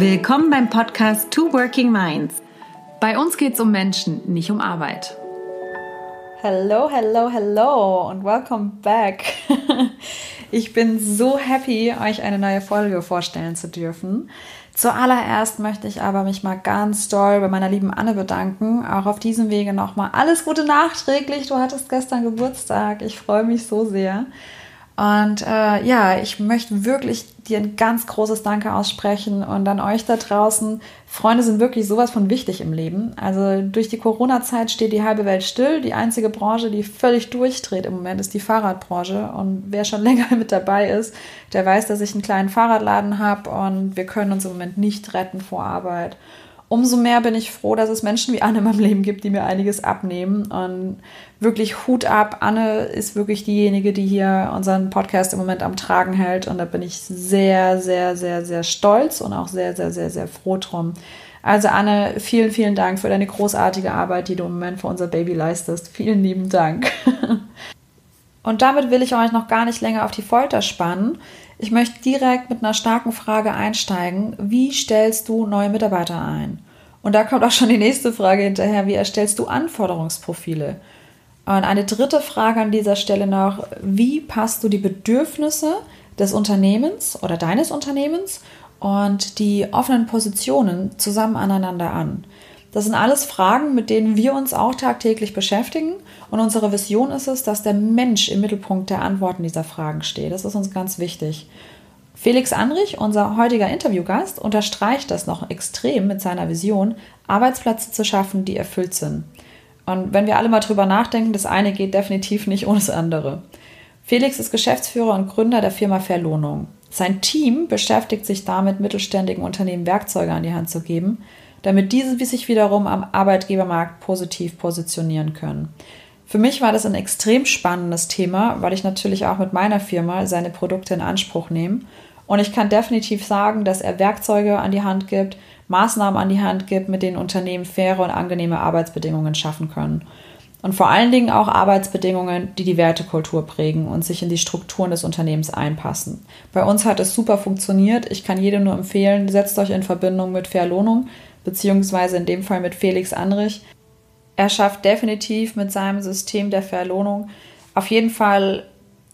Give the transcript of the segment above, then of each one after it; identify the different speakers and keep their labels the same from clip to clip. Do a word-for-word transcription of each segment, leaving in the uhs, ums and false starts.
Speaker 1: Willkommen beim Podcast Two Working Minds.
Speaker 2: Bei uns geht es um Menschen, nicht um Arbeit.
Speaker 3: Hello, hello, hello und welcome back. Ich bin so happy, euch eine neue Folge vorstellen zu dürfen. Zuallererst möchte ich aber mich mal ganz doll bei meiner lieben Anne bedanken. Auch auf diesem Wege nochmal alles Gute nachträglich. Du hattest gestern Geburtstag. Ich freue mich so sehr. Und äh, ja, ich möchte wirklich dir ein ganz großes Danke aussprechen und an euch da draußen. Freunde sind wirklich sowas von wichtig im Leben. Also durch die Corona-Zeit steht die halbe Welt still. Die einzige Branche, die völlig durchdreht im Moment, ist die Fahrradbranche. Und wer schon länger mit dabei ist, der weiß, dass ich einen kleinen Fahrradladen habe und wir können uns im Moment nicht retten vor Arbeit. Umso mehr bin ich froh, dass es Menschen wie Anne in meinem Leben gibt, die mir einiges abnehmen. Und wirklich Hut ab. Anne ist wirklich diejenige, die hier unseren Podcast im Moment am Tragen hält. Und da bin ich sehr, sehr, sehr, sehr stolz und auch sehr, sehr, sehr, sehr froh drum. Also Anne, vielen, vielen Dank für deine großartige Arbeit, die du im Moment für unser Baby leistest. Vielen lieben Dank. Und damit will ich euch noch gar nicht länger auf die Folter spannen. Ich möchte direkt mit einer starken Frage einsteigen. Wie stellst du neue Mitarbeiter ein? Und da kommt auch schon die nächste Frage hinterher. Wie erstellst du Anforderungsprofile? Und eine dritte Frage an dieser Stelle noch. Wie passt du die Bedürfnisse des Unternehmens oder deines Unternehmens und die offenen Positionen zusammen aneinander an? Das sind alles Fragen, mit denen wir uns auch tagtäglich beschäftigen. Und unsere Vision ist es, dass der Mensch im Mittelpunkt der Antworten dieser Fragen steht. Das ist uns ganz wichtig. Felix Anrich, unser heutiger Interviewgast, unterstreicht das noch extrem mit seiner Vision, Arbeitsplätze zu schaffen, die erfüllt sind. Und wenn wir alle mal drüber nachdenken, das eine geht definitiv nicht ohne das andere. Felix ist Geschäftsführer und Gründer der Firma Verlohnung. Sein Team beschäftigt sich damit, mittelständigen Unternehmen Werkzeuge an die Hand zu geben, damit diese sich wiederum am Arbeitgebermarkt positiv positionieren können. Für mich war das ein extrem spannendes Thema, weil ich natürlich auch mit meiner Firma seine Produkte in Anspruch nehme. Und ich kann definitiv sagen, dass er Werkzeuge an die Hand gibt, Maßnahmen an die Hand gibt, mit denen Unternehmen faire und angenehme Arbeitsbedingungen schaffen können. Und vor allen Dingen auch Arbeitsbedingungen, die die Wertekultur prägen und sich in die Strukturen des Unternehmens einpassen. Bei uns hat es super funktioniert. Ich kann jedem nur empfehlen, setzt euch in Verbindung mit Verlohnung, beziehungsweise in dem Fall mit Felix Anrich. Er schafft definitiv mit seinem System der Verlohnung auf jeden Fall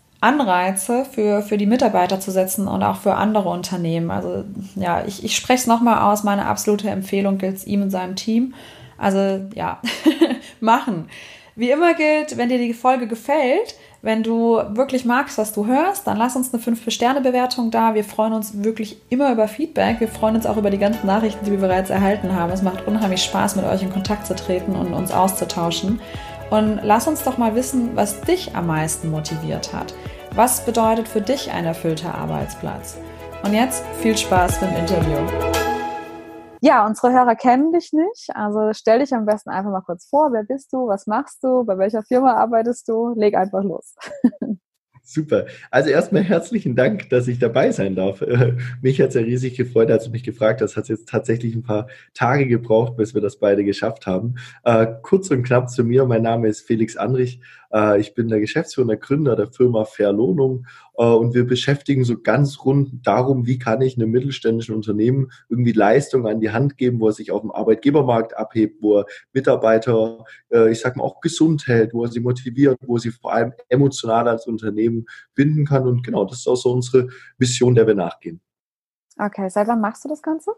Speaker 3: Anreize für, für die Mitarbeiter zu setzen und auch für andere Unternehmen. Also ja, ich, ich spreche es nochmal aus, meine absolute Empfehlung gilt es ihm und seinem Team. Also ja, machen. Wie immer gilt, wenn dir die Folge gefällt, wenn du wirklich magst, was du hörst, dann lass uns eine fünf Sterne Bewertung da. Wir freuen uns wirklich immer über Feedback. Wir freuen uns auch über die ganzen Nachrichten, die wir bereits erhalten haben. Es macht unheimlich Spaß, mit euch in Kontakt zu treten und uns auszutauschen. Und lass uns doch mal wissen, was dich am meisten motiviert hat. Was bedeutet für dich ein erfüllter Arbeitsplatz? Und jetzt viel Spaß beim Interview. Ja, unsere Hörer kennen dich nicht, also stell dich am besten einfach mal kurz vor. Wer bist du? Was machst du? Bei welcher Firma arbeitest du? Leg einfach los.
Speaker 4: Super. Also erstmal herzlichen Dank, dass ich dabei sein darf. Mich hat es ja riesig gefreut, als du mich gefragt hast. Hat jetzt tatsächlich ein paar Tage gebraucht, bis wir das beide geschafft haben. Äh, kurz und knapp zu mir. Mein Name ist Felix Anrich. Äh, ich bin der Geschäftsführer und Gründer der Firma Verlohnung. Äh, und wir beschäftigen so ganz rund darum, wie kann ich einem mittelständischen Unternehmen irgendwie Leistung an die Hand geben, wo er sich auf dem Arbeitgebermarkt abhebt, wo er Mitarbeiter, äh, ich sag mal, auch gesund hält, wo er sie motiviert, wo er sie vor allem emotional als Unternehmen binden kann. Und genau, das ist auch so unsere Vision, der wir nachgehen.
Speaker 3: Okay, seit wann machst du das Ganze?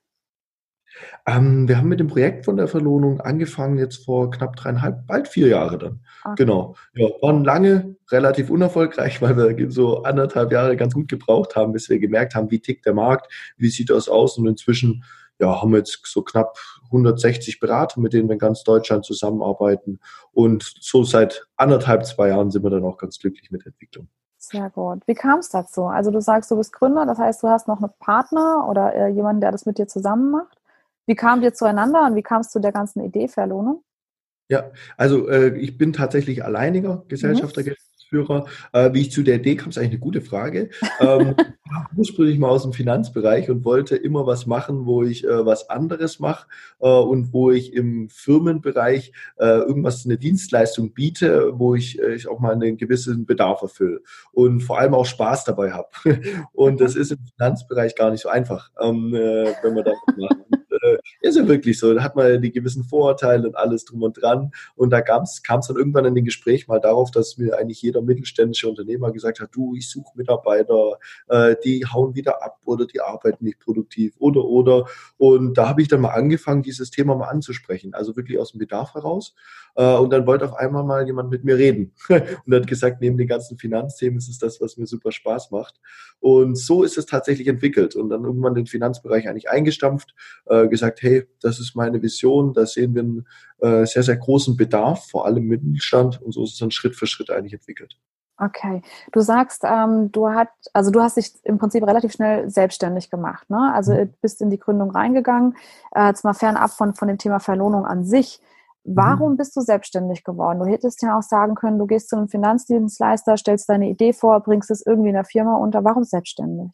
Speaker 4: Ähm, wir haben mit dem Projekt von der Verlohnung angefangen, jetzt vor knapp dreieinhalb, bald vier Jahre dann. Okay. Genau. Ja, waren lange relativ unerfolgreich, weil wir so anderthalb Jahre ganz gut gebraucht haben, bis wir gemerkt haben, wie tickt der Markt, wie sieht das aus. Und inzwischen ja, haben wir jetzt so knapp hundertsechzig Berater, mit denen wir in ganz Deutschland zusammenarbeiten. Und so seit anderthalb, zwei Jahren sind wir dann auch ganz glücklich mit der Entwicklung.
Speaker 3: Sehr gut. Wie kam es dazu? Also du sagst, du bist Gründer, das heißt, du hast noch einen Partner oder äh, jemanden, der das mit dir zusammen macht. Wie kamt ihr zueinander und wie kamst du zu der ganzen Idee Verlohnung?
Speaker 4: Ja, also äh, ich bin tatsächlich alleiniger Gesellschafter, mhm. Geschäftsführer Geschäftsführer. Äh, wie ich zu der Idee kam, ist eigentlich eine gute Frage. Ähm, ich kam ursprünglich mal aus dem Finanzbereich und wollte immer was machen, wo ich äh, was anderes mache äh, und wo ich im Firmenbereich äh, irgendwas, eine Dienstleistung biete, wo ich, äh, ich auch mal einen gewissen Bedarf erfülle und vor allem auch Spaß dabei habe. Und das ist im Finanzbereich gar nicht so einfach, ähm, äh, wenn man das macht. Äh, ist ja wirklich so. Da hat man die gewissen Vorurteile und alles drum und dran. Und da kam es dann irgendwann in dem Gespräch mal darauf, dass mir eigentlich jeder mittelständische Unternehmer gesagt hat, du, ich suche Mitarbeiter, äh, die hauen wieder ab oder die arbeiten nicht produktiv oder, oder. Und da habe ich dann mal angefangen, dieses Thema mal anzusprechen. Also wirklich aus dem Bedarf heraus. Äh, und dann wollte auf einmal mal jemand mit mir reden. Und hat gesagt, neben den ganzen Finanzthemen ist es das, was mir super Spaß macht. Und so ist es tatsächlich entwickelt. Und dann irgendwann den Finanzbereich eigentlich eingestampft, äh, gesagt, hey, das ist meine Vision, da sehen wir einen äh, sehr, sehr großen Bedarf, vor allem im Mittelstand, und so ist es dann Schritt für Schritt eigentlich entwickelt.
Speaker 3: Okay, du sagst, ähm, du hat, also du hast dich im Prinzip relativ schnell selbstständig gemacht, ne? Also mhm. bist in die Gründung reingegangen, äh, jetzt mal fernab von, von dem Thema Verlohnung an sich. Warum mhm. bist du selbstständig geworden? Du hättest ja auch sagen können, du gehst zu einem Finanzdienstleister, stellst deine Idee vor, bringst es irgendwie in der Firma unter. Warum selbstständig?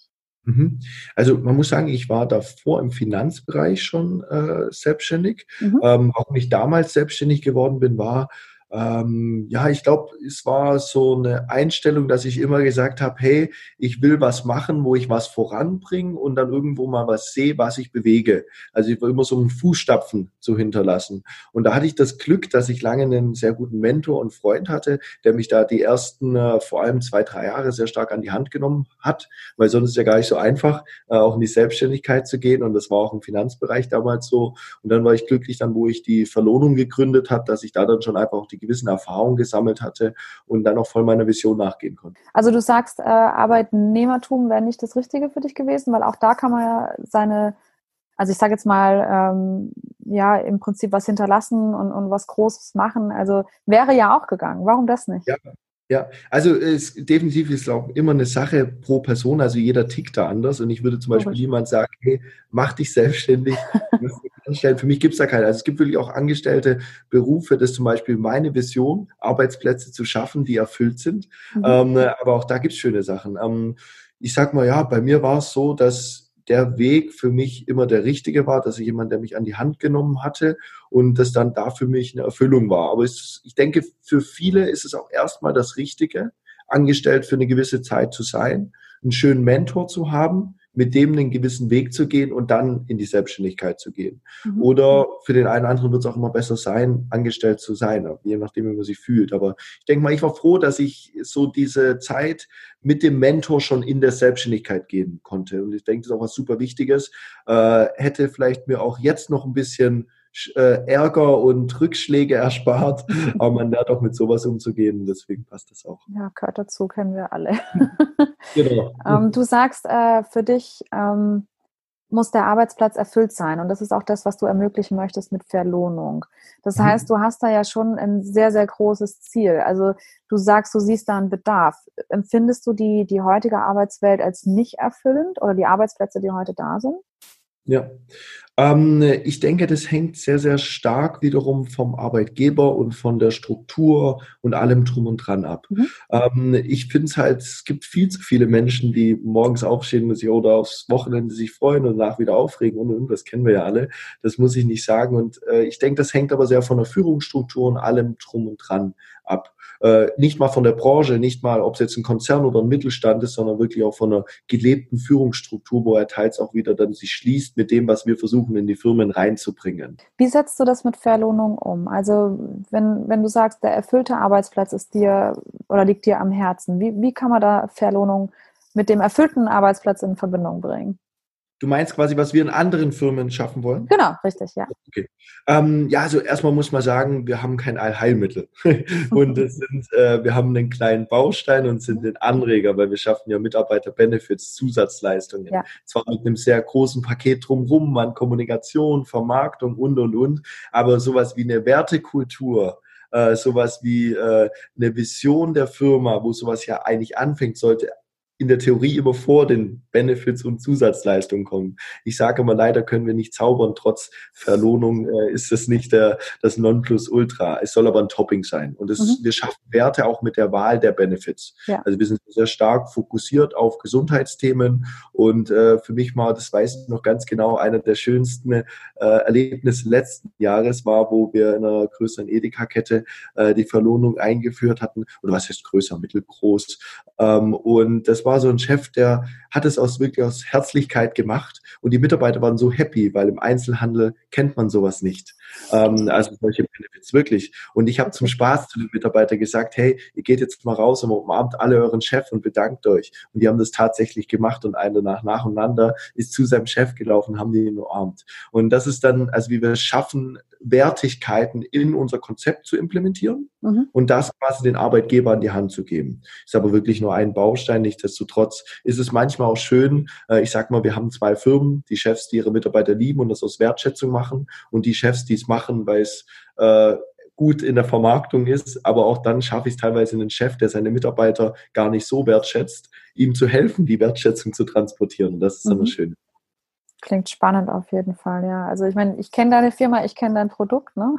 Speaker 4: Also man muss sagen, ich war davor im Finanzbereich schon äh, selbstständig. Mhm. Ähm, warum ich damals selbstständig geworden bin, war, ähm, ja, ich glaube, es war so eine Einstellung, dass ich immer gesagt habe, hey, ich will was machen, wo ich was voranbringe und dann irgendwo mal was sehe, was ich bewege. Also ich war immer so einen Fußstapfen zu hinterlassen. Und da hatte ich das Glück, dass ich lange einen sehr guten Mentor und Freund hatte, der mich da die ersten, äh, vor allem zwei, drei Jahre sehr stark an die Hand genommen hat, weil sonst ist es ja gar nicht so einfach, äh, auch in die Selbstständigkeit zu gehen. Und das war auch im Finanzbereich damals so. Und dann war ich glücklich dann, wo ich die Verlohnung gegründet habe, dass ich da dann schon einfach auch die gewissen Erfahrungen gesammelt hatte und dann auch voll meiner Vision nachgehen konnte.
Speaker 3: Also du sagst, äh, Arbeitnehmertum wäre nicht das Richtige für dich gewesen, weil auch da kann man ja seine, also ich sage jetzt mal, ähm, ja, im Prinzip was hinterlassen und, und was Großes machen. Also wäre ja auch gegangen. Warum das nicht?
Speaker 4: Ja. Ja, also es definitiv ist auch immer eine Sache pro Person, also jeder tickt da anders und ich würde zum Beispiel niemand sagen, hey, mach dich selbstständig. Für mich gibt es da keine. Also es gibt wirklich auch angestellte Berufe, das ist zum Beispiel meine Vision, Arbeitsplätze zu schaffen, die erfüllt sind. Mhm. Ähm, aber auch da gibt es schöne Sachen. Ähm, ich sag mal, ja, bei mir war es so, dass der Weg für mich immer der richtige war, dass ich jemand, der mich an die Hand genommen hatte und das dann da für mich eine Erfüllung war. Aber es, ich denke, für viele ist es auch erstmal das Richtige, angestellt für eine gewisse Zeit zu sein, einen schönen Mentor zu haben, mit dem einen gewissen Weg zu gehen und dann in die Selbstständigkeit zu gehen. Mhm. Oder für den einen oder anderen wird es auch immer besser sein, angestellt zu sein, je nachdem, wie man sich fühlt. Aber ich denke mal, ich war froh, dass ich so diese Zeit mit dem Mentor schon in der Selbstständigkeit gehen konnte. Und ich denke, das ist auch was super Wichtiges. Äh, hätte vielleicht mir auch jetzt noch ein bisschen äh, Ärger und Rückschläge erspart, aber man lernt auch mit sowas umzugehen. Deswegen passt das auch.
Speaker 3: Ja, gehört dazu, kennen wir alle.
Speaker 4: Genau.
Speaker 3: ähm, du sagst, äh, für dich ähm, muss der Arbeitsplatz erfüllt sein. Und das ist auch das, was du ermöglichen möchtest mit Verlohnung. Das mhm. heißt, du hast da ja schon ein sehr, sehr großes Ziel. Also du sagst, du siehst da einen Bedarf. Empfindest du die, die heutige Arbeitswelt als nicht erfüllend oder die Arbeitsplätze, die heute da sind?
Speaker 4: Ja, ähm, ich denke, das hängt sehr, sehr stark wiederum vom Arbeitgeber und von der Struktur und allem drum und dran ab. Mhm. Ähm, ich finde es halt, es gibt viel zu viele Menschen, die morgens aufstehen und sich oder aufs Wochenende sich freuen und danach wieder aufregen und, und das kennen wir ja alle. Das muss ich nicht sagen. Und äh, ich denke, das hängt aber sehr von der Führungsstruktur und allem drum und dran ab. Äh, nicht mal von der Branche, nicht mal, ob es jetzt ein Konzern oder ein Mittelstand ist, sondern wirklich auch von einer gelebten Führungsstruktur, wo er teils auch wieder dann sich schließt mit dem, was wir versuchen, in die Firmen reinzubringen.
Speaker 3: Wie setzt du das mit Verlohnung um? Also wenn, wenn du sagst, der erfüllte Arbeitsplatz ist dir oder liegt dir am Herzen, wie, wie kann man da Verlohnung mit dem erfüllten Arbeitsplatz in Verbindung bringen?
Speaker 4: Du meinst quasi, was wir in anderen Firmen schaffen wollen?
Speaker 3: Genau, richtig, ja.
Speaker 4: Okay. Ähm, ja, also erstmal muss man sagen, wir haben kein Allheilmittel. Und es sind, äh, wir haben einen kleinen Baustein und sind ein Anreger, weil wir schaffen ja Mitarbeiter-Benefits, Zusatzleistungen. Ja. Zwar mit einem sehr großen Paket drumherum an Kommunikation, Vermarktung und, und, und. Aber sowas wie eine Wertekultur, äh, sowas wie äh, eine Vision der Firma, wo sowas ja eigentlich anfängt, sollte in der Theorie immer vor den Benefits und Zusatzleistungen kommen. Ich sage immer, leider können wir nicht zaubern, trotz Verlohnung äh, ist es nicht der, das Nonplusultra. Es soll aber ein Topping sein. Und es, mhm. wir schaffen Werte auch mit der Wahl der Benefits. Ja. Also wir sind sehr stark fokussiert auf Gesundheitsthemen und äh, für mich war, das weiß ich noch ganz genau, einer der schönsten äh, Erlebnisse letzten Jahres war, wo wir in einer größeren Edeka-Kette äh, die Verlohnung eingeführt hatten. Oder was heißt größer, mittelgroß. Ähm, und das war war so ein Chef, der hat es aus wirklich aus Herzlichkeit gemacht und die Mitarbeiter waren so happy, weil im Einzelhandel kennt man sowas nicht. Ähm, also solche Benefits wirklich. Und ich habe zum Spaß zu den Mitarbeitern gesagt, hey, ihr geht jetzt mal raus und umarmt alle euren Chef und bedankt euch. Und die haben das tatsächlich gemacht und einer danach nacheinander ist zu seinem Chef gelaufen, haben die ihn umarmt. Und das ist dann, also wie wir es schaffen, Wertigkeiten in unser Konzept zu implementieren mhm. und das quasi den Arbeitgeber an die Hand zu geben. Ist aber wirklich nur ein Baustein. Nichtsdestotrotz ist es manchmal auch schön, äh, ich sag mal, wir haben zwei Firmen, die Chefs, die ihre Mitarbeiter lieben und das aus Wertschätzung machen und die Chefs, die es machen, weil es äh, gut in der Vermarktung ist, aber auch dann schaffe ich es teilweise einen Chef, der seine Mitarbeiter gar nicht so wertschätzt, ihm zu helfen, die Wertschätzung zu transportieren. Und das ist mhm. immer schön.
Speaker 3: Klingt spannend auf jeden Fall, ja. Also ich meine, ich kenne deine Firma, ich kenne dein Produkt, ne?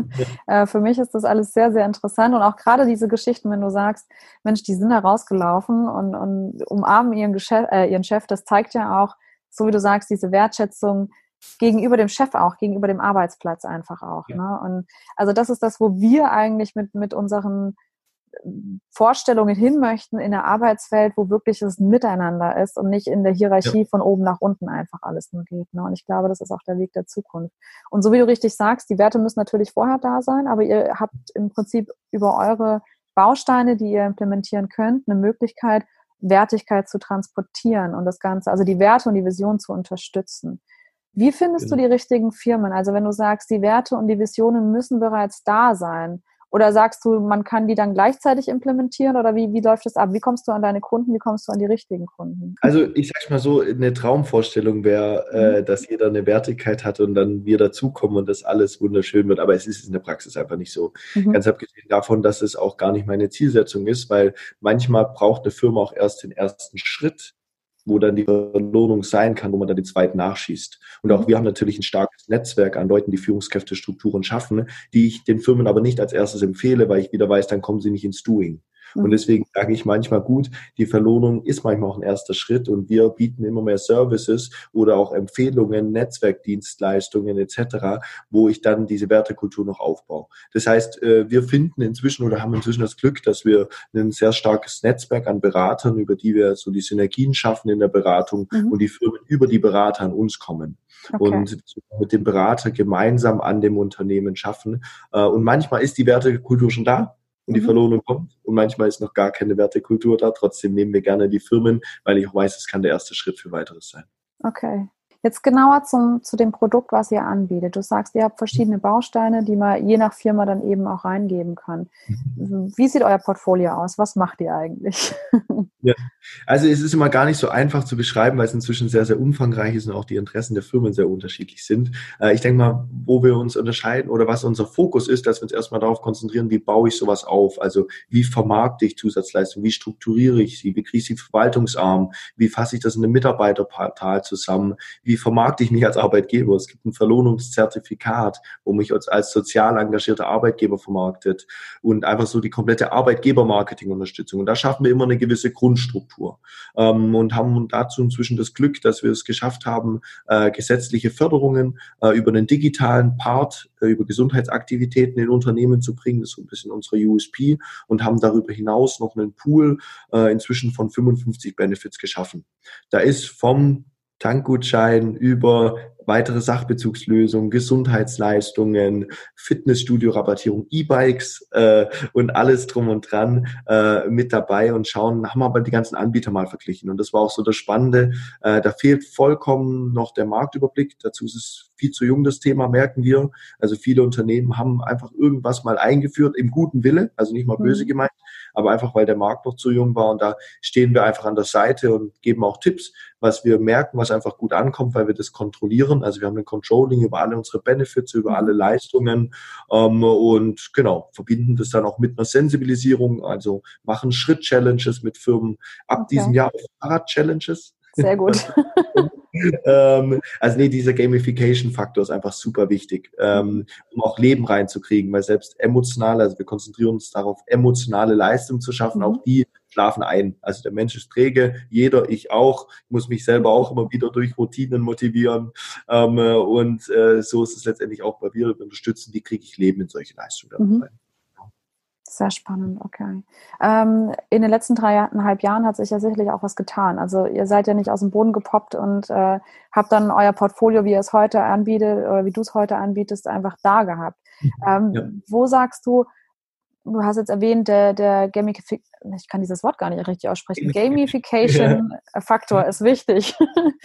Speaker 3: Ja. Für mich ist das alles sehr, sehr interessant und auch gerade diese Geschichten, wenn du sagst, Mensch, die sind da rausgelaufen und, und umarmen ihren, Geschäft, äh, ihren Chef, das zeigt ja auch, so wie du sagst, diese Wertschätzung gegenüber dem Chef auch, gegenüber dem Arbeitsplatz einfach auch, ja. Ne? Und also das ist das, wo wir eigentlich mit, mit unseren Vorstellungen hin möchten in der Arbeitswelt, wo wirklich es ein Miteinander ist und nicht in der Hierarchie ja. von oben nach unten einfach alles nur geht. Ne? Und ich glaube, das ist auch der Weg der Zukunft. Und so wie du richtig sagst, die Werte müssen natürlich vorher da sein, aber ihr habt im Prinzip über eure Bausteine, die ihr implementieren könnt, eine Möglichkeit, Wertigkeit zu transportieren und das Ganze, also die Werte und die Vision zu unterstützen. Wie findest genau. du die richtigen Firmen? Also wenn du sagst, die Werte und die Visionen müssen bereits da sein, oder sagst du, man kann die dann gleichzeitig implementieren oder wie, wie läuft das ab? Wie kommst du an deine Kunden? Wie kommst du an die richtigen Kunden?
Speaker 4: Also ich sag's mal so, eine Traumvorstellung wäre, mhm. äh, dass jeder eine Wertigkeit hat und dann wir dazukommen und das alles wunderschön wird. Aber es ist in der Praxis einfach nicht so. Mhm. Ganz abgesehen davon, dass es auch gar nicht meine Zielsetzung ist, weil manchmal braucht eine Firma auch erst den ersten Schritt, wo dann die Belohnung sein kann, wo man dann den zweiten nachschießt. Und auch wir haben natürlich ein starkes Netzwerk an Leuten, die Führungskräftestrukturen schaffen, die ich den Firmen aber nicht als erstes empfehle, weil ich wieder weiß, dann kommen sie nicht ins Doing. Und deswegen sage ich manchmal, gut, die Verlohnung ist manchmal auch ein erster Schritt und wir bieten immer mehr Services oder auch Empfehlungen, Netzwerkdienstleistungen et cetera, wo ich dann diese Wertekultur noch aufbaue. Das heißt, wir finden inzwischen oder haben inzwischen das Glück, dass wir ein sehr starkes Netzwerk an Beratern, über die wir so die Synergien schaffen in der Beratung mhm. und die Firmen über die Berater an uns kommen. Okay. Und mit dem Berater gemeinsam an dem Unternehmen schaffen. Und manchmal ist die Wertekultur schon da. Und die mhm. Verlohnung kommt. Und manchmal ist noch gar keine Wertekultur da. Trotzdem nehmen wir gerne die Firmen, weil ich auch weiß, es kann der erste Schritt für weiteres sein.
Speaker 3: Okay. Jetzt genauer zum, zu dem Produkt, was ihr anbietet. Du sagst, ihr habt verschiedene Bausteine, die man je nach Firma dann eben auch reingeben kann. Wie sieht euer Portfolio aus? Was macht ihr eigentlich?
Speaker 4: Ja, also es ist immer gar nicht so einfach zu beschreiben, weil es inzwischen sehr, sehr umfangreich ist und auch die Interessen der Firmen sehr unterschiedlich sind. Ich denke mal, wo wir uns unterscheiden oder was unser Fokus ist, dass wir uns erstmal darauf konzentrieren, wie baue ich sowas auf? Also wie vermarkte ich Zusatzleistungen? Wie strukturiere ich sie? Wie kriege ich sie verwaltungsarm? Wie fasse ich das in einem Mitarbeiterportal zusammen? Wie Wie vermarkte ich mich als Arbeitgeber? Es gibt ein Verlohnungszertifikat, wo mich als, als sozial engagierter Arbeitgeber vermarktet und einfach so die komplette Arbeitgeber-Marketing-Unterstützung. Und da schaffen wir immer eine gewisse Grundstruktur ähm, und haben dazu inzwischen das Glück, dass wir es geschafft haben, äh, gesetzliche Förderungen äh, über den digitalen Part, äh, über Gesundheitsaktivitäten in Unternehmen zu bringen. Das ist so ein bisschen unsere U S P und haben darüber hinaus noch einen Pool äh, inzwischen von fünfundfünfzig Benefits geschaffen. Da ist vom Tankgutschein über weitere Sachbezugslösungen, Gesundheitsleistungen, Fitnessstudio-Rabattierung, E-Bikes äh, und alles drum und dran äh, mit dabei und schauen, haben aber die ganzen Anbieter mal verglichen. Und das war auch so das Spannende. Äh, da fehlt vollkommen noch der Marktüberblick. Dazu ist es viel zu jung, das Thema, merken wir. Also viele Unternehmen haben einfach irgendwas mal eingeführt, im guten Wille, also nicht mal böse gemeint, aber einfach, weil der Markt noch zu jung war, und da stehen wir einfach an der Seite und geben auch Tipps, was wir merken, was einfach gut ankommt, weil wir das kontrollieren. Also wir haben ein Controlling über alle unsere Benefits, über alle Leistungen, ähm, und genau, verbinden das dann auch mit einer Sensibilisierung, also machen Schritt-Challenges mit Firmen, ab
Speaker 3: Okay.
Speaker 4: diesem Jahr auch Fahrrad-Challenges.
Speaker 3: Sehr gut.
Speaker 4: ähm, also nee, dieser Gamification-Faktor ist einfach super wichtig, ähm, um auch Leben reinzukriegen, weil selbst emotionale, also wir konzentrieren uns darauf, emotionale Leistung zu schaffen,
Speaker 3: Mhm.
Speaker 4: auch die schlafen ein. Also der Mensch ist träge, jeder, ich auch, ich muss mich selber auch immer wieder durch Routinen motivieren, ähm, und äh, so ist es letztendlich auch bei wir, wir unterstützen, wie kriege ich Leben in solche Leistungen
Speaker 3: Mhm.
Speaker 4: rein.
Speaker 3: Sehr spannend, okay. Ähm, in den letzten dreieinhalb Jahren hat sich ja sicherlich auch was getan. Also ihr seid ja nicht aus dem Boden gepoppt und äh, habt dann euer Portfolio, wie ihr es heute anbietet oder wie du es heute anbietest, einfach da gehabt. Ähm,
Speaker 4: Ja.
Speaker 3: Wo sagst du, du hast jetzt erwähnt, der, der Gamification, ich kann dieses Wort gar nicht richtig aussprechen, Gamification-Faktor ist wichtig.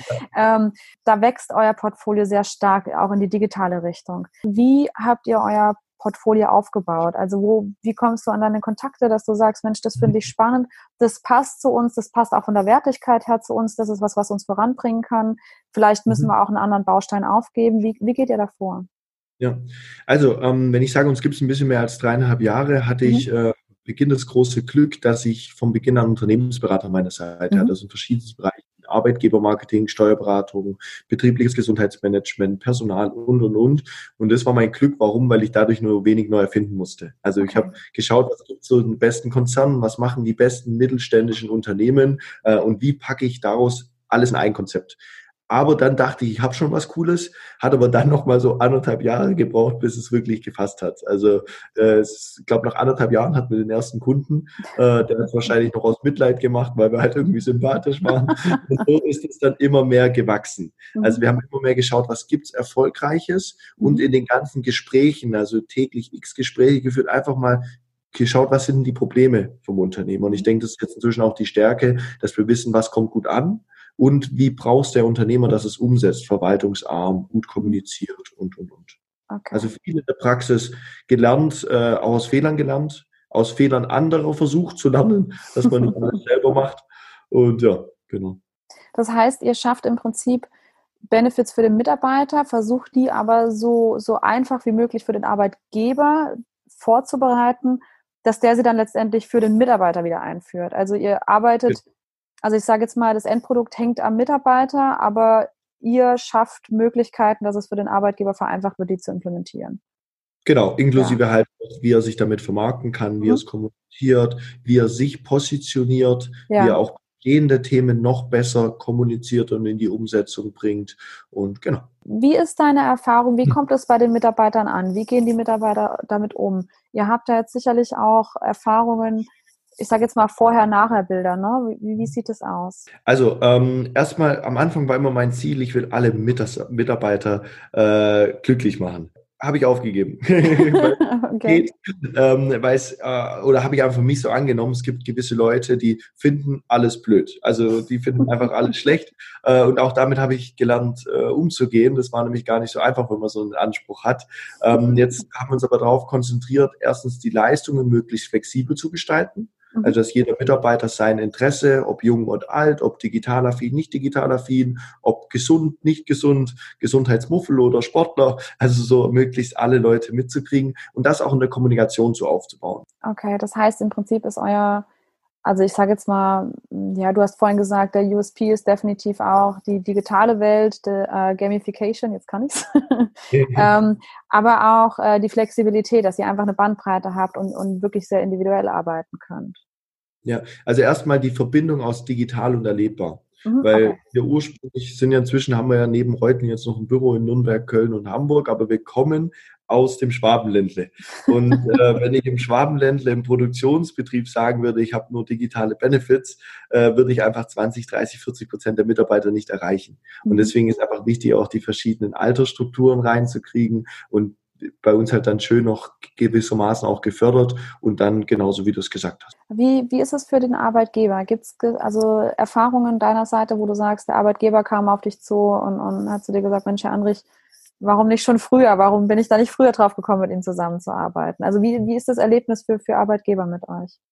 Speaker 3: ähm, da wächst euer Portfolio sehr stark, auch in die digitale Richtung. Wie habt ihr euer Portfolio aufgebaut? Also wo, wie kommst du an deine Kontakte, dass du sagst, Mensch, das finde ich spannend, das passt zu uns, das passt auch von der Wertigkeit her zu uns, das ist was, was uns voranbringen kann. Vielleicht müssen
Speaker 4: Mhm.
Speaker 3: wir auch einen anderen Baustein aufgeben. Wie, wie geht ihr da vor?
Speaker 4: Ja, also ähm, wenn ich sage, uns gibt es ein bisschen mehr als dreieinhalb Jahre, hatte
Speaker 3: Mhm.
Speaker 4: ich äh, Beginn das große Glück, dass ich vom Beginn an Unternehmensberater an meiner Seite
Speaker 3: Mhm.
Speaker 4: hatte, also in verschiedenen Bereichen, Arbeitgebermarketing, Steuerberatung, betriebliches Gesundheitsmanagement, Personal und, und, und. Und das war mein Glück. Warum? Weil ich dadurch nur wenig neu erfinden musste. Also ich
Speaker 3: Okay.
Speaker 4: habe geschaut, was gibt es so in den besten Konzernen, was machen die besten mittelständischen Unternehmen, äh, und wie packe ich daraus alles in ein Konzept. Aber dann dachte ich, ich habe schon was Cooles, hat aber dann noch mal so anderthalb Jahre gebraucht, bis es wirklich gefasst hat. Also äh, ich glaube, nach anderthalb Jahren hatten wir den ersten Kunden, äh, der hat es wahrscheinlich noch aus Mitleid gemacht, weil wir halt irgendwie sympathisch waren. Und so ist es dann immer mehr gewachsen. Also wir haben immer mehr geschaut, was gibt's Erfolgreiches, und in den ganzen Gesprächen, also täglich x Gespräche geführt, einfach mal geschaut, was sind die Probleme vom Unternehmen. Und ich denke, das ist jetzt inzwischen auch die Stärke, dass wir wissen, was kommt gut an und wie braucht der Unternehmer, dass es umsetzt, verwaltungsarm, gut kommuniziert und, und, und.
Speaker 3: Okay.
Speaker 4: Also viel in der Praxis gelernt, äh, auch aus Fehlern gelernt, aus Fehlern anderer versucht zu lernen, dass man nicht alles selber macht. Und ja, genau.
Speaker 3: Das heißt, ihr schafft im Prinzip Benefits für den Mitarbeiter, versucht die aber so, so einfach wie möglich für den Arbeitgeber vorzubereiten, dass der sie dann letztendlich für den Mitarbeiter wieder einführt. Also ihr arbeitet, also ich sage jetzt mal, das Endprodukt hängt am Mitarbeiter, aber ihr schafft Möglichkeiten, dass es für den Arbeitgeber vereinfacht wird, die zu implementieren.
Speaker 4: Genau, inklusive
Speaker 3: Ja.
Speaker 4: halt, wie er sich damit vermarkten kann, wie
Speaker 3: Mhm.
Speaker 4: er es kommuniziert, wie er sich positioniert,
Speaker 3: Ja.
Speaker 4: wie er auch bestehende Themen noch besser kommuniziert und in die Umsetzung bringt. Und genau.
Speaker 3: Wie ist deine Erfahrung? Wie kommt es bei den Mitarbeitern an? Wie gehen die Mitarbeiter damit um? Ihr habt da jetzt sicherlich auch Erfahrungen, ich sage jetzt mal Vorher-Nachher-Bilder, ne? Wie, wie sieht es aus?
Speaker 4: Also ähm, erstmal am Anfang war immer mein Ziel, ich will alle Mitas- Mitarbeiter äh, glücklich machen. Habe ich aufgegeben. Weil
Speaker 3: Okay.
Speaker 4: geht, ähm, weil es, äh, oder habe ich einfach für mich so angenommen, es gibt gewisse Leute, die finden alles blöd. Also die finden einfach alles schlecht. Äh, und auch damit habe ich gelernt, äh, umzugehen. Das war nämlich gar nicht so einfach, wenn man so einen Anspruch hat. Ähm, jetzt haben wir uns aber darauf konzentriert, erstens die Leistungen möglichst flexibel zu gestalten. Also, dass jeder Mitarbeiter sein Interesse, ob jung und alt, ob digital affin, nicht digital affin, ob gesund, nicht gesund, Gesundheitsmuffel oder Sportler, also so möglichst alle Leute mitzukriegen und das auch in der Kommunikation so aufzubauen.
Speaker 3: Okay, das heißt im Prinzip ist euer, also ich sage jetzt mal, ja, du hast vorhin gesagt, der U S P ist definitiv auch die digitale Welt, der äh, Gamification, jetzt kann ich's, ähm, aber auch äh, die Flexibilität, dass ihr einfach eine Bandbreite habt und, und wirklich sehr individuell arbeiten könnt.
Speaker 4: Ja, also erstmal die Verbindung aus digital und erlebbar.
Speaker 3: Mhm,
Speaker 4: Weil
Speaker 3: okay.
Speaker 4: wir ursprünglich sind ja inzwischen, haben wir ja neben Reutling jetzt noch ein Büro in Nürnberg, Köln und Hamburg, aber wir kommen aus dem Schwabenländle. Und äh, wenn ich im Schwabenländle im Produktionsbetrieb sagen würde, ich habe nur digitale Benefits, äh, würde ich einfach zwanzig, dreißig, vierzig Prozent der Mitarbeiter nicht erreichen. Und
Speaker 3: Mhm.
Speaker 4: deswegen ist einfach wichtig, auch die verschiedenen Altersstrukturen reinzukriegen und bei uns halt dann schön noch gewissermaßen auch gefördert und dann genauso, wie du es gesagt hast.
Speaker 3: Wie, wie ist es für den Arbeitgeber? Gibt es also Erfahrungen deiner Seite, wo du sagst, der Arbeitgeber kam auf dich zu und, und hat zu dir gesagt, Mensch, Herr Andrich, warum nicht schon früher? Warum bin ich da nicht früher drauf gekommen, mit Ihnen zusammenzuarbeiten? Also wie, wie ist das Erlebnis für, für Arbeitgeber mit euch?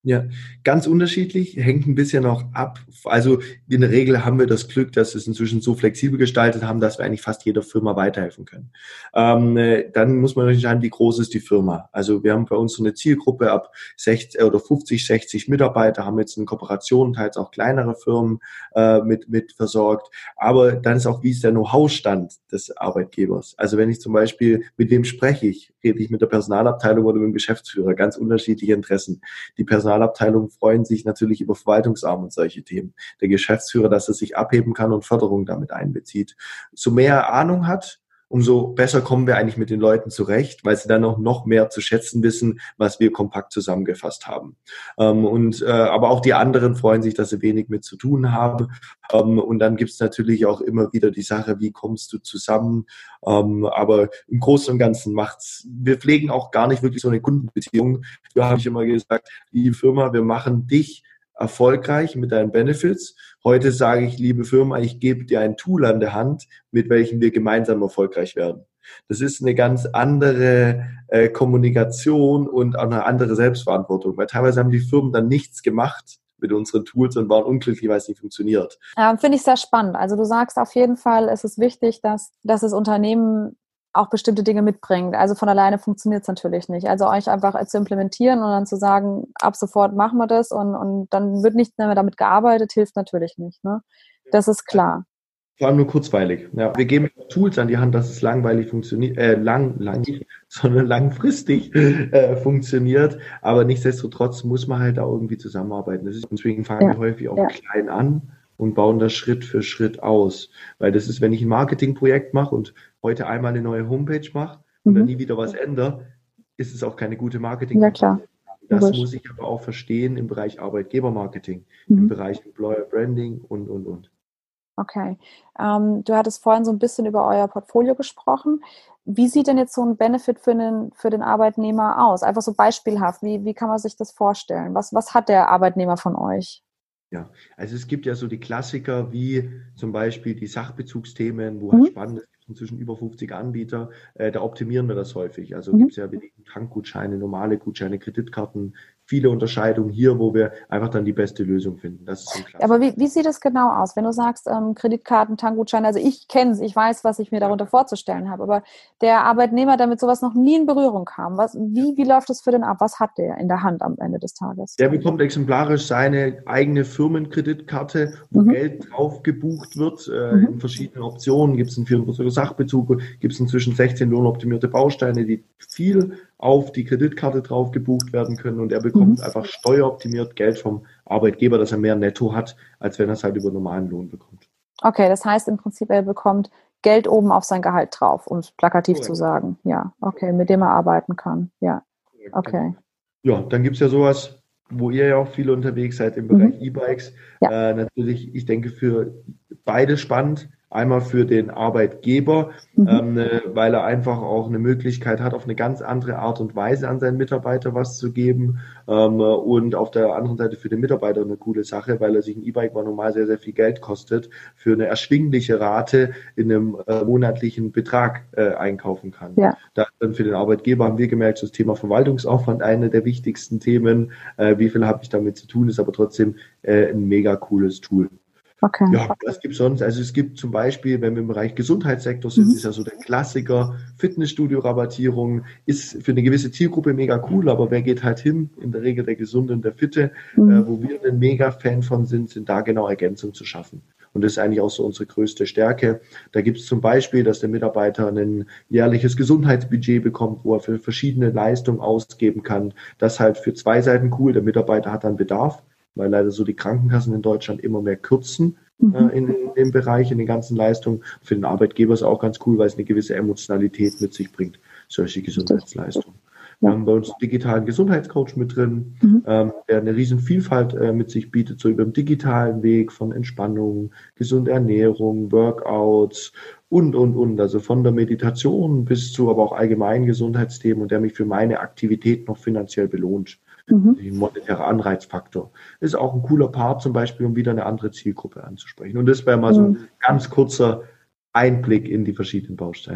Speaker 4: Ja, ganz unterschiedlich, hängt ein bisschen auch ab. Also in der Regel haben wir das Glück, dass wir es inzwischen so flexibel gestaltet haben, dass wir eigentlich fast jeder Firma weiterhelfen können. Ähm, äh, dann muss man natürlich entscheiden, wie groß ist die Firma. Also wir haben bei uns so eine Zielgruppe ab sechzig oder fünfzig, sechzig Mitarbeiter, haben jetzt in Kooperation teils auch kleinere Firmen äh, mit, mit versorgt. Aber dann ist auch, wie ist der Know-how-Stand des Arbeitgebers? Also wenn ich zum Beispiel, mit wem spreche ich? Rede ich mit der Personalabteilung oder mit dem Geschäftsführer? Ganz unterschiedliche Interessen. Die Personalabteilungen freuen sich natürlich über Verwaltungsarm und solche Themen. Der Geschäftsführer, dass er sich abheben kann und Förderung damit einbezieht. So mehr er Ahnung hat, umso besser kommen wir eigentlich mit den Leuten zurecht, weil sie dann auch noch mehr zu schätzen wissen, was wir kompakt zusammengefasst haben. Ähm, und äh, aber auch die anderen freuen sich, dass sie wenig mit zu tun haben. Ähm, und dann gibt's natürlich auch immer wieder die Sache, wie kommst du zusammen? Ähm, aber im Großen und Ganzen macht's, wir pflegen auch gar nicht wirklich so eine Kundenbeziehung. Da habe ich immer gesagt, die Firma, wir machen dich erfolgreich mit deinen Benefits. Heute sage ich, liebe Firma, ich gebe dir ein Tool an der Hand, mit welchem wir gemeinsam erfolgreich werden. Das ist eine ganz andere äh, Kommunikation und auch eine andere Selbstverantwortung, weil teilweise haben die Firmen dann nichts gemacht mit unseren Tools und waren unglücklich, weil es nicht funktioniert.
Speaker 3: Ja, finde ich sehr spannend. Also du sagst auf jeden Fall, es ist wichtig, dass, dass das Unternehmen auch bestimmte Dinge mitbringt. Also von alleine funktioniert es natürlich nicht. Also euch einfach zu implementieren und dann zu sagen, ab sofort machen wir das und, und dann wird nicht mehr damit gearbeitet, hilft natürlich nicht. Ne? Das ist klar.
Speaker 4: Vor allem nur kurzweilig. Ja, wir geben Tools an die Hand, dass es langweilig funktioniert, äh, lang, lang nicht, sondern langfristig äh, funktioniert. Aber nichtsdestotrotz muss man halt auch irgendwie zusammenarbeiten. Das ist, deswegen fangen ja. wir häufig auch ja. klein an und bauen das Schritt für Schritt aus. Weil das ist, wenn ich ein Marketingprojekt mache und heute einmal eine neue Homepage mache und mhm. dann nie wieder was ändere, ist es auch keine gute Marketing.
Speaker 3: Ja, klar.
Speaker 4: Das Logisch. Muss ich aber auch verstehen im Bereich Arbeitgebermarketing, mhm. im Bereich Employer Branding und, und, und.
Speaker 3: Okay. Ähm, du hattest vorhin so ein bisschen über euer Portfolio gesprochen. Wie sieht denn jetzt so ein Benefit für den, für den Arbeitnehmer aus? Einfach so beispielhaft. Wie, wie kann man sich das vorstellen? Was, was hat der Arbeitnehmer von euch?
Speaker 4: Ja, also es gibt ja so die Klassiker wie zum Beispiel die Sachbezugsthemen, wo mhm. halt spannend ist, inzwischen über fünfzig Anbieter, äh, da optimieren wir das häufig. Also mhm. gibt es ja Tankgutscheine, normale Gutscheine, Kreditkarten, viele Unterscheidungen hier, wo wir einfach dann die beste Lösung finden. Das ist so klasse.
Speaker 3: Aber wie, wie sieht es genau aus, wenn du sagst, ähm, Kreditkarten, Tankgutscheine, also ich kenne es, ich weiß, was ich mir darunter vorzustellen habe, aber der Arbeitnehmer, der mit sowas noch nie in Berührung kam, was, wie, wie läuft das für den ab? Was hat der in der Hand am Ende des Tages?
Speaker 4: Der bekommt exemplarisch seine eigene Firmenkreditkarte, wo mhm. Geld drauf gebucht wird, äh, mhm. in verschiedenen Optionen. Gibt es einen vierundzwanziger Sachbezug, gibt es inzwischen sechzehn lohnoptimierte Bausteine, die viel auf die Kreditkarte drauf gebucht werden können und er bekommt mhm. einfach steueroptimiert Geld vom Arbeitgeber, dass er mehr netto hat, als wenn er es halt über normalen Lohn bekommt.
Speaker 3: Okay, das heißt im Prinzip, er bekommt Geld oben auf sein Gehalt drauf, um es plakativ Correct. Zu sagen. Ja, okay, mit dem er arbeiten kann. Ja, okay.
Speaker 4: Ja, dann gibt es ja sowas, wo ihr ja auch viele unterwegs seid im Bereich mhm. E-Bikes. Ja. Äh, natürlich, ich denke, für beide spannend. Einmal für den Arbeitgeber, mhm. ähm, weil er einfach auch eine Möglichkeit hat, auf eine ganz andere Art und Weise an seinen Mitarbeiter was zu geben. Ähm, und auf der anderen Seite für den Mitarbeiter eine coole Sache, weil er sich ein E-Bike mal normal sehr, sehr viel Geld kostet, für eine erschwingliche Rate in einem äh, monatlichen Betrag äh, einkaufen kann. Ja. Da, dann für den Arbeitgeber haben wir gemerkt, das Thema Verwaltungsaufwand eine der wichtigsten Themen. Äh, wie viel habe ich damit zu tun, ist aber trotzdem äh, ein mega cooles Tool.
Speaker 3: Okay.
Speaker 4: Ja, was gibt es sonst? Also es gibt zum Beispiel, wenn wir im Bereich Gesundheitssektor sind, mhm. ist ja so der Klassiker, Fitnessstudio-Rabattierung, ist für eine gewisse Zielgruppe mega cool, aber wer geht halt hin? In der Regel der Gesunde und der Fitte. Mhm. Äh, wo wir ein mega Fan von sind, sind da genau Ergänzungen zu schaffen. Und das ist eigentlich auch so unsere größte Stärke. Da gibt es zum Beispiel, dass der Mitarbeiter ein jährliches Gesundheitsbudget bekommt, wo er für verschiedene Leistungen ausgeben kann. Das halt für zwei Seiten cool. Der Mitarbeiter hat dann Bedarf, weil leider so die Krankenkassen in Deutschland immer mehr kürzen mhm. äh, in, in dem Bereich, in den ganzen Leistungen. Für den Arbeitgeber ist es auch ganz cool, weil es eine gewisse Emotionalität mit sich bringt, solche Gesundheitsleistungen. Wir haben bei uns einen digitalen Gesundheitscoach mit drin, mhm. ähm, der eine riesen Vielfalt äh, mit sich bietet, so über den digitalen Weg von Entspannung, gesunde Ernährung, Workouts und, und, und. Also von der Meditation bis zu aber auch allgemeinen Gesundheitsthemen und der mich für meine Aktivität noch finanziell belohnt. Mhm. Ein monetärer Anreizfaktor. Ist auch ein cooler Part zum Beispiel, um wieder eine andere Zielgruppe anzusprechen. Und das wäre mal mhm. so ein ganz kurzer Einblick in die verschiedenen Bausteine.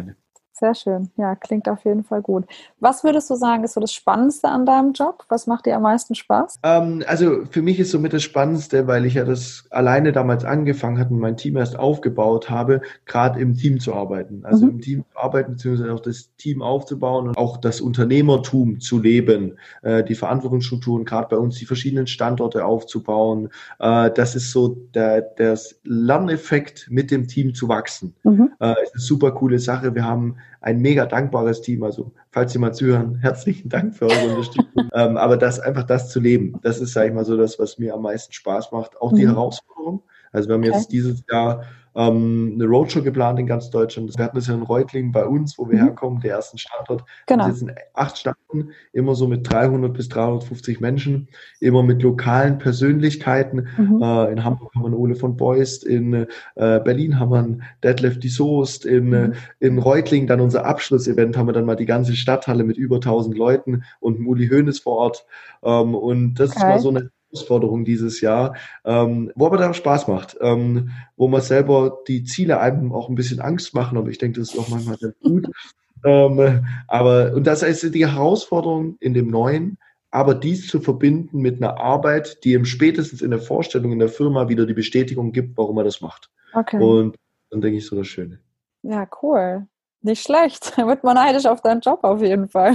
Speaker 3: Sehr schön. Ja, klingt auf jeden Fall gut. Was würdest du sagen, ist so das Spannendste an deinem Job? Was macht dir am meisten Spaß?
Speaker 4: Ähm, also für mich ist somit das Spannendste, weil ich ja das alleine damals angefangen hatte und mein Team erst aufgebaut habe, gerade im Team zu arbeiten. Also
Speaker 3: Mhm.
Speaker 4: im Team zu arbeiten, beziehungsweise auch das Team aufzubauen und auch das Unternehmertum zu leben, äh, die Verantwortungsstrukturen, gerade bei uns die verschiedenen Standorte aufzubauen. Äh, das ist so der, der Lerneffekt, mit dem Team zu wachsen.
Speaker 3: Mhm.
Speaker 4: Äh, ist eine super coole Sache. Wir haben ein mega dankbares Team. Also, falls Sie mal zuhören, herzlichen Dank für eure Unterstützung. ähm, aber das einfach das zu leben, das ist, sage ich mal, so das, was mir am meisten Spaß macht. Auch die
Speaker 3: Mhm.
Speaker 4: Herausforderung. Also, wir haben
Speaker 3: Okay.
Speaker 4: jetzt dieses Jahr ähm, eine Roadshow geplant in ganz Deutschland. Wir hatten das ja in Reutlingen bei uns, wo wir
Speaker 3: Mhm.
Speaker 4: herkommen, der ersten Standort.
Speaker 3: Genau.
Speaker 4: Das sind acht Staaten, immer so mit dreihundert bis dreihundertfünfzig Menschen, immer mit lokalen Persönlichkeiten.
Speaker 3: Mhm.
Speaker 4: Äh, in Hamburg haben wir einen Ole von Beust, in äh, Berlin haben wir einen Detlef die Soest, in,
Speaker 3: Mhm.
Speaker 4: äh, in Reutlingen dann unser Abschlussevent, haben wir dann mal die ganze Stadthalle mit über tausend Leuten und Uli Hoeneß vor Ort. Ähm, und das ist mal
Speaker 3: Okay.
Speaker 4: so eine Herausforderung dieses Jahr, ähm, wo aber da Spaß macht, ähm, wo man selber die Ziele einem auch ein bisschen Angst machen, aber ich denke, das ist auch manchmal ganz gut. ähm, aber, und das ist die Herausforderung in dem Neuen, aber dies zu verbinden mit einer Arbeit, die ihm spätestens in der Vorstellung in der Firma wieder die Bestätigung gibt, warum er das macht.
Speaker 3: Okay.
Speaker 4: Und dann denke ich so das Schöne.
Speaker 3: Ja, cool. Nicht schlecht. Da wird man neidisch auf deinen Job auf jeden Fall.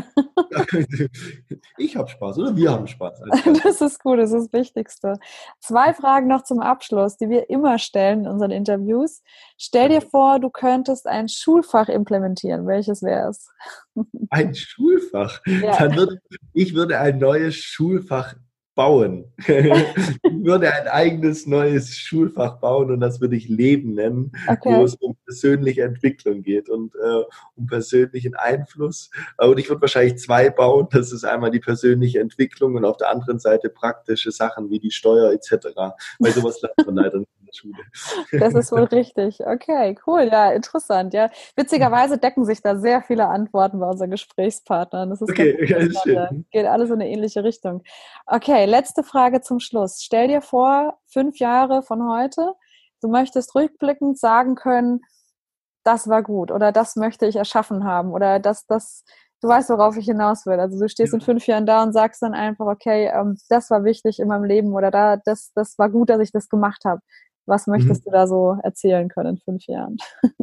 Speaker 4: Ich habe Spaß, oder wir haben Spaß.
Speaker 3: Das ist gut, das ist das Wichtigste. Zwei Fragen noch zum Abschluss, die wir immer stellen in unseren Interviews. Stell dir vor, du könntest ein Schulfach implementieren. Welches wäre es?
Speaker 4: Ein Schulfach?
Speaker 3: Ja.
Speaker 4: Dann würde ich würde ein neues Schulfach bauen. Ich würde ein eigenes neues Schulfach bauen und das würde ich Leben nennen,
Speaker 3: Okay.
Speaker 4: wo es um persönliche Entwicklung geht und äh, um persönlichen Einfluss. Und ich würde wahrscheinlich zwei bauen. Das ist einmal die persönliche Entwicklung und auf der anderen Seite praktische Sachen wie die Steuer et cetera. Weil sowas lernt man leider nicht in der Schule.
Speaker 3: Das ist wohl richtig. Okay, cool. Ja, interessant. Ja, witzigerweise decken sich da sehr viele Antworten bei unseren Gesprächspartnern. Das ist
Speaker 4: Okay,
Speaker 3: ganz
Speaker 4: ja,
Speaker 3: interessant. Ja.
Speaker 4: schön.
Speaker 3: Geht alles in eine ähnliche Richtung. Okay, letzte Frage zum Schluss. Stell dir vor, fünf Jahre von heute, du möchtest rückblickend sagen können, das war gut oder das möchte ich erschaffen haben oder das, das, du weißt, worauf ich hinaus will. Also du stehst in fünf Jahren da und sagst dann einfach, okay, ähm, das war wichtig in meinem Leben oder da, das, das war gut, dass ich das gemacht habe. Was möchtest
Speaker 4: Mhm.
Speaker 3: du da so erzählen können in fünf Jahren?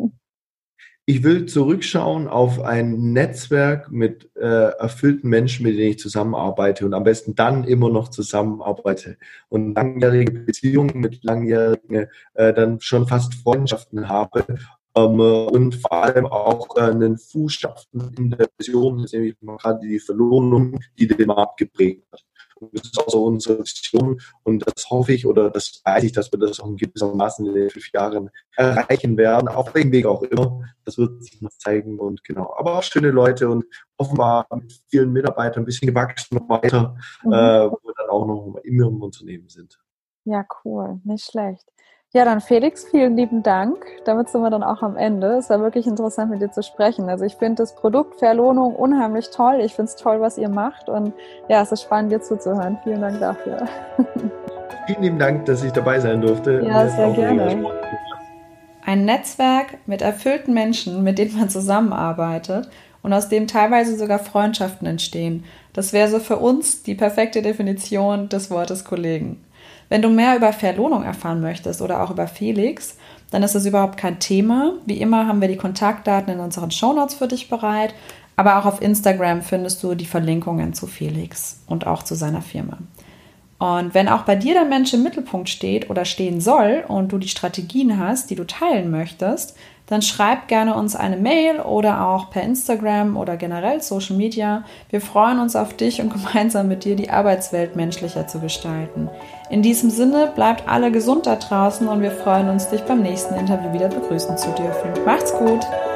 Speaker 4: Ich will zurückschauen auf ein Netzwerk mit äh, erfüllten Menschen, mit denen ich zusammenarbeite und am besten dann immer noch zusammenarbeite und langjährige Beziehungen mit langjährigen, äh, dann schon fast Freundschaften habe ähm, und vor allem auch äh, einen Fußstapfen in der Vision, das ist nämlich gerade die Verlohnung, die den Markt geprägt hat. Und das ist auch so unsere Vision und das hoffe ich oder das weiß ich, dass wir das auch in gewissermaßen in den fünf Jahren erreichen werden, auf welchem Weg auch immer. Das wird sich noch zeigen und genau. Aber auch schöne Leute und offenbar mit vielen Mitarbeitern ein bisschen gewachsen noch weiter,
Speaker 3: Mhm.
Speaker 4: äh, wo wir dann auch noch immer im Unternehmen sind.
Speaker 3: Ja, cool. Nicht schlecht. Ja, dann Felix, vielen lieben Dank. Damit sind wir dann auch am Ende. Es war wirklich interessant, mit dir zu sprechen. Also ich finde das Produkt Verlohnung unheimlich toll. Ich finde es toll, was ihr macht. Und ja, es ist spannend, dir zuzuhören. Vielen Dank dafür.
Speaker 4: Vielen lieben Dank, dass ich dabei sein durfte.
Speaker 3: Ja,
Speaker 4: Mir
Speaker 3: sehr
Speaker 4: auch mega
Speaker 3: gerne.
Speaker 4: Spaß gemacht.
Speaker 3: Ein Netzwerk mit erfüllten Menschen, mit denen man zusammenarbeitet und aus dem teilweise sogar Freundschaften entstehen. Das wäre so für uns die perfekte Definition des Wortes Kollegen. Wenn du mehr über Verlohnung erfahren möchtest oder auch über Felix, dann ist das überhaupt kein Thema. Wie immer haben wir die Kontaktdaten in unseren Shownotes für dich bereit, aber auch auf Instagram findest du die Verlinkungen zu Felix und auch zu seiner Firma. Und wenn auch bei dir der Mensch im Mittelpunkt steht oder stehen soll und du die Strategien hast, die du teilen möchtest, dann schreib gerne uns eine Mail oder auch per Instagram oder generell Social Media. Wir freuen uns auf dich und gemeinsam mit dir die Arbeitswelt menschlicher zu gestalten. In diesem Sinne, bleibt alle gesund da draußen und wir freuen uns, dich beim nächsten Interview wieder begrüßen zu dürfen. Macht's gut!